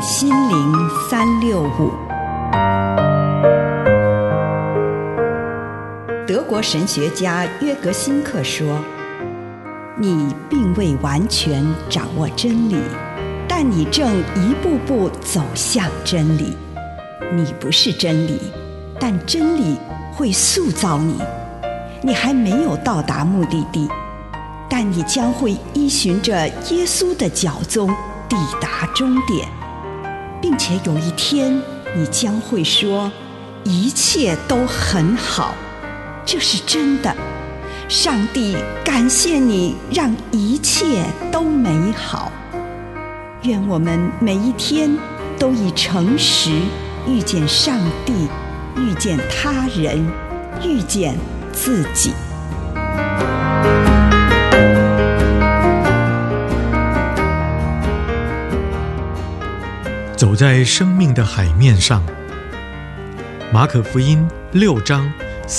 心灵365。德国神学家约格辛克说，你并未完全掌握真理，但你正一步步走向真理。你不是真理，但真理会塑造你。你还没有到达目的地，但你将会依循着耶稣的脚踪抵达终点，并且有一天你将会说，一切都很好。这是真的，上帝感谢你让一切都美好。愿我们每一天都以诚实遇见上帝，遇见他人，遇见自己。 走在生命的海面上。马可福音6章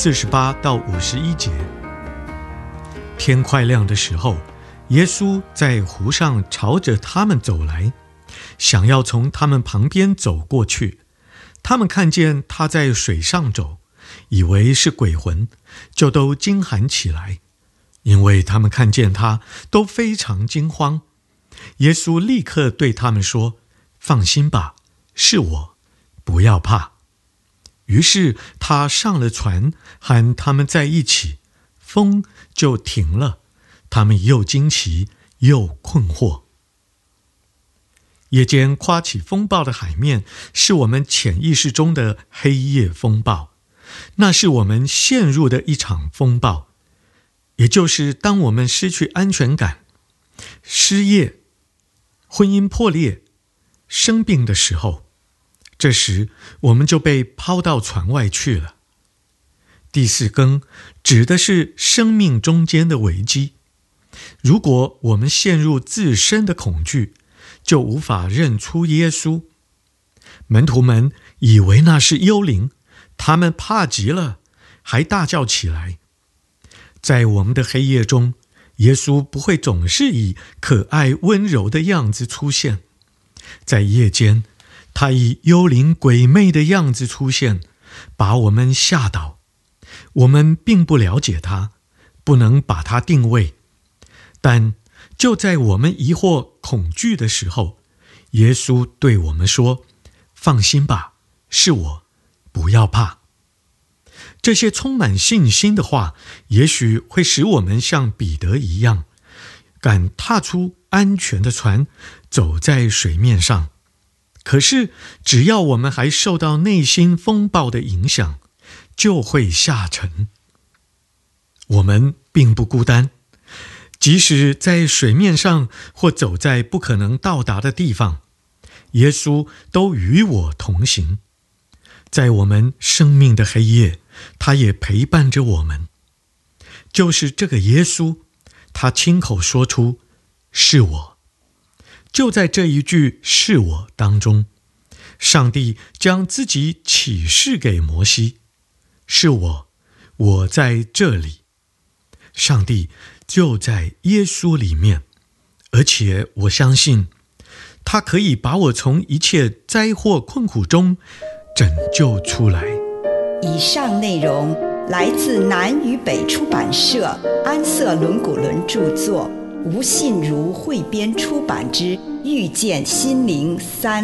48到51节。天快亮的时候，耶稣在湖上朝着他们走来，想要从他们旁边走过去。他们看见他在水上走，以为是鬼魂，就都惊喊起来，因为他们看见他都非常惊慌。耶稣立刻对他们说，放心吧，是我，不要怕。于是他上了船，和他们在一起，风就停了，他们又惊奇又困惑。夜间刮起风暴的海面，是我们潜意识中的黑夜风暴，那是我们陷入的一场风暴，也就是当我们失去安全感、失业、婚姻破裂、生病的时候，这时我们就被抛到船外去了。第4更指的是生命中间的危机。如果我们陷入自身的恐惧，就无法认出耶稣。门徒们以为那是幽灵，他们怕极了，还大叫起来。在我们的黑夜中，耶稣不会总是以可爱温柔的样子出现。在夜间，他以幽灵鬼魅的样子出现，把我们吓倒。我们并不了解他，不能把他定位，但就在我们疑惑恐惧的时候，耶稣对我们说，放心吧，是我，不要怕。这些充满信心的话，也许会使我们像彼得一样，敢踏出安全的船，走在水面上。可是只要我们还受到内心风暴的影响，就会下沉。我们并不孤单，即使在水面上或走在不可能到达的地方，耶稣都与我同行。在我们生命的黑夜，他也陪伴着我们。就是这个耶稣，他亲口说出，是我。就在这一句是我当中，上帝将自己启示给摩西，是我，我在这里。上帝就在耶稣里面，而且我相信他可以把我从一切灾祸困苦中拯救出来。 以上内容来自南与北出版社安瑟伦古伦著作，吴信如汇编出版之《遇见心灵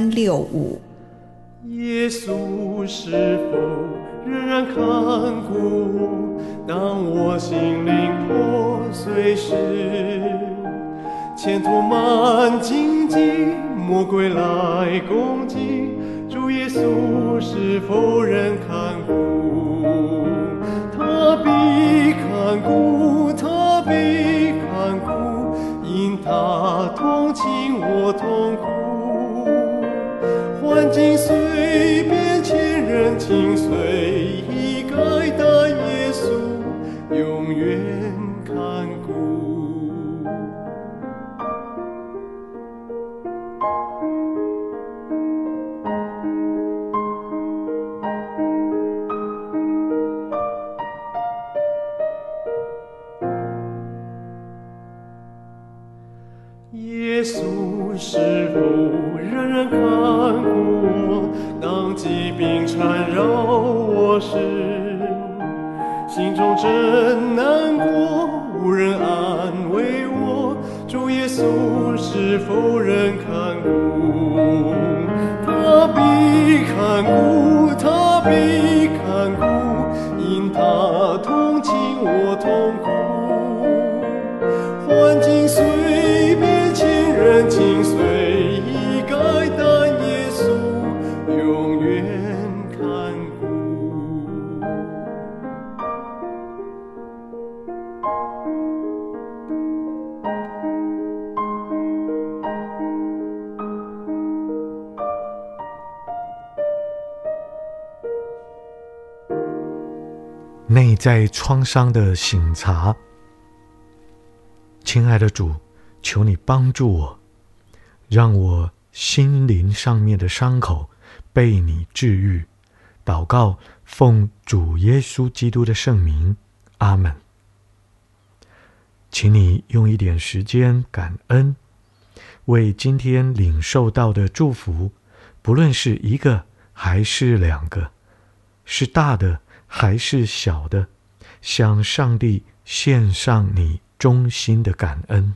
365》。 耶稣是否仍然看顾当我心灵破碎时，前途满荆棘，魔鬼来攻击，主耶稣是否仍看顾？他必看顾，他必看顾，因他同情我痛苦。环境虽变迁，人情虽已改，但耶稣永远看顾。 耶稣是否仍然看顾？当疾病缠绕我时，心中真难过，无人安慰我。主耶稣是否仍看顾？他必看顾，他必看顾，因他同情我痛苦。环境虽变，千人情随意改，但耶稣永远看顾。 内在创伤的省察。亲爱的主，求你帮助我，让我心灵上面的伤口被你治愈。祷告，奉主耶稣基督的圣名，阿们。请你用一点时间感恩，为今天领受到的祝福，不论是一个还是两个，是大的还是小的，向上帝献上你衷心的感恩。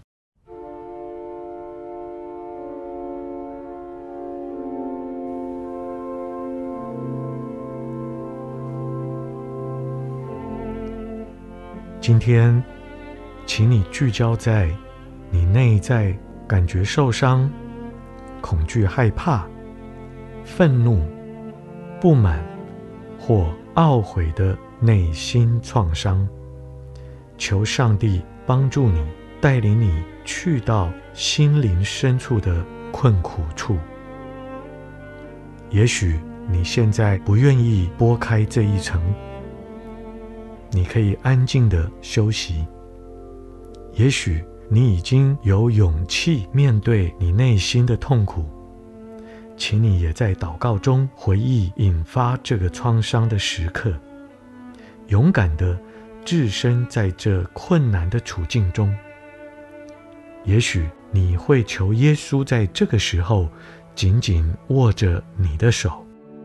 今天，请你聚焦在你内在感觉受伤、恐惧、害怕、愤怒、不满或懊悔的内心创伤，求上帝帮助你，带领你去到心灵深处的困苦处。也许你现在不愿意拨开这一层，你可以安静地休息。也许你已经有勇气面对你内心的痛苦，请你也在祷告中回忆引发这个创伤的时刻，勇敢地置身在这困难的处境中。也许你会求耶稣在这个时候紧紧握着你的手。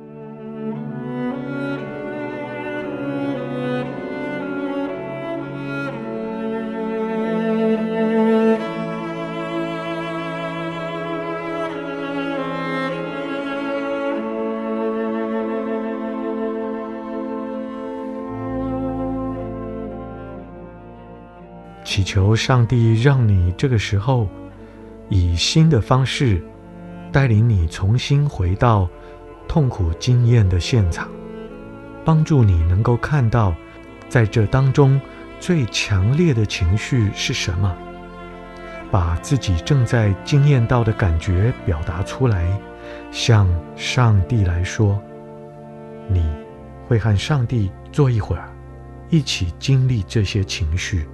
祈求上帝让你这个时候以新的方式带领你重新回到痛苦经验的现场，帮助你能够看到在这当中最强烈的情绪是什么，把自己正在经验到的感觉表达出来，向上帝来说。你会和上帝坐一会儿，一起经历这些情绪。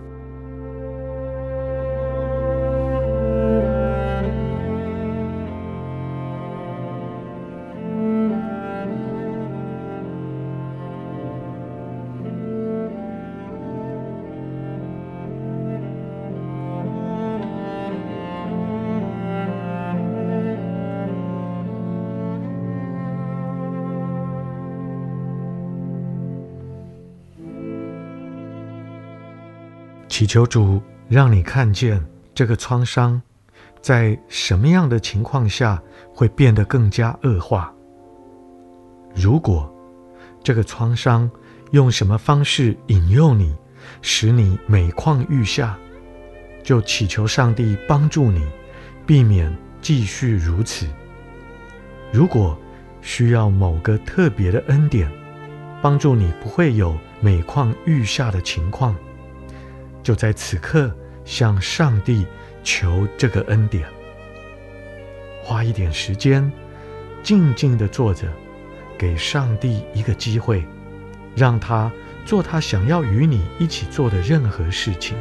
祈求主让你看见这个创伤在什么样的情况下会变得更加恶化。如果这个创伤用什么方式引诱你，使你每况愈下，就祈求上帝帮助你，避免继续如此。如果需要某个特别的恩典，帮助你不会有每况愈下的情况，就在此刻向上帝求这个恩典。花一点时间，静静地坐着，给上帝一个机会，让他做他想要与你一起做的任何事情。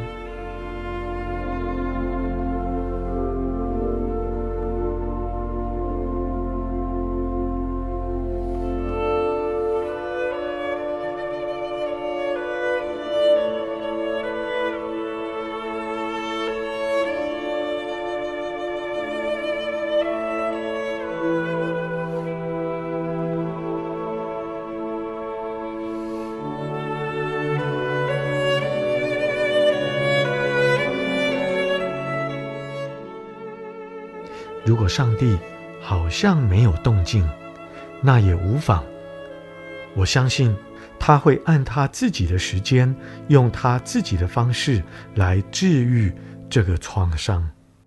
如果上帝好像没有动静，那也无妨。我相信他会按他自己的时间，用他自己的方式来治愈这个创伤。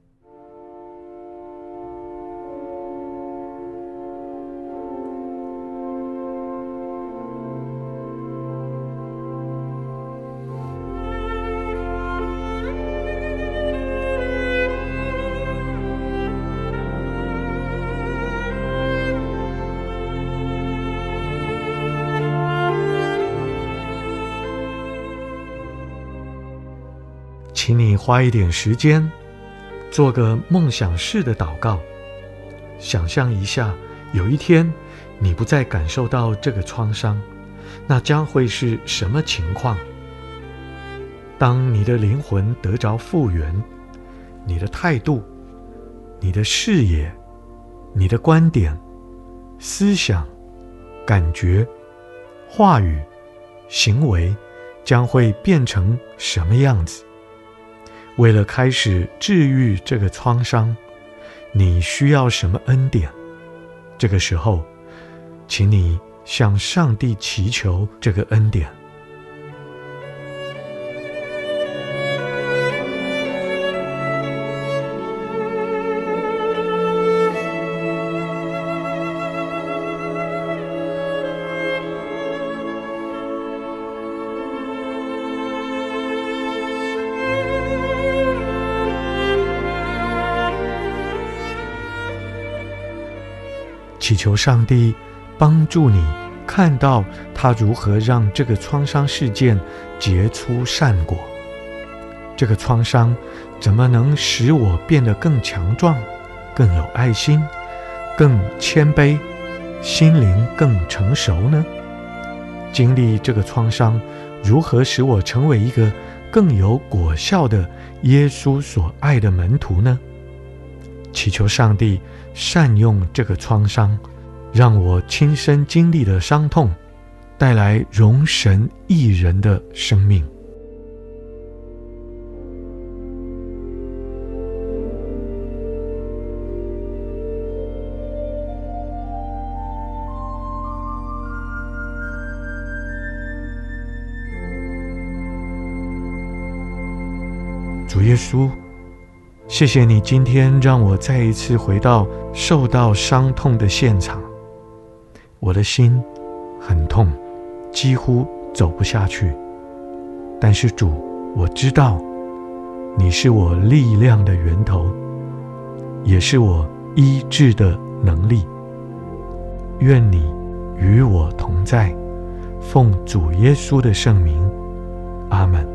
请你花一点时间，做个梦想式的祷告，想象一下，有一天你不再感受到这个创伤，那将会是什么情况？当你的灵魂得着复原，你的态度、你的视野、你的观点、思想、感觉、话语、行为将会变成什么样子？为了开始治愈这个创伤，你需要什么恩典？这个时候，请你向上帝祈求这个恩典。祈求上帝帮助你看到他如何让这个创伤事件结出善果。这个创伤怎么能使我变得更强壮、更有爱心、更谦卑、心灵更成熟呢？经历这个创伤，如何使我成为一个更有果效的耶稣所爱的门徒呢？祈求上帝善用这个创伤，让我亲身经历的伤痛带来荣神益人的生命。主耶稣，谢谢你今天让我再一次回到受到伤痛的现场。我的心很痛，几乎走不下去。但是主，我知道你是我力量的源头，也是我医治的能力。愿你与我同在，奉主耶稣的圣名，阿们。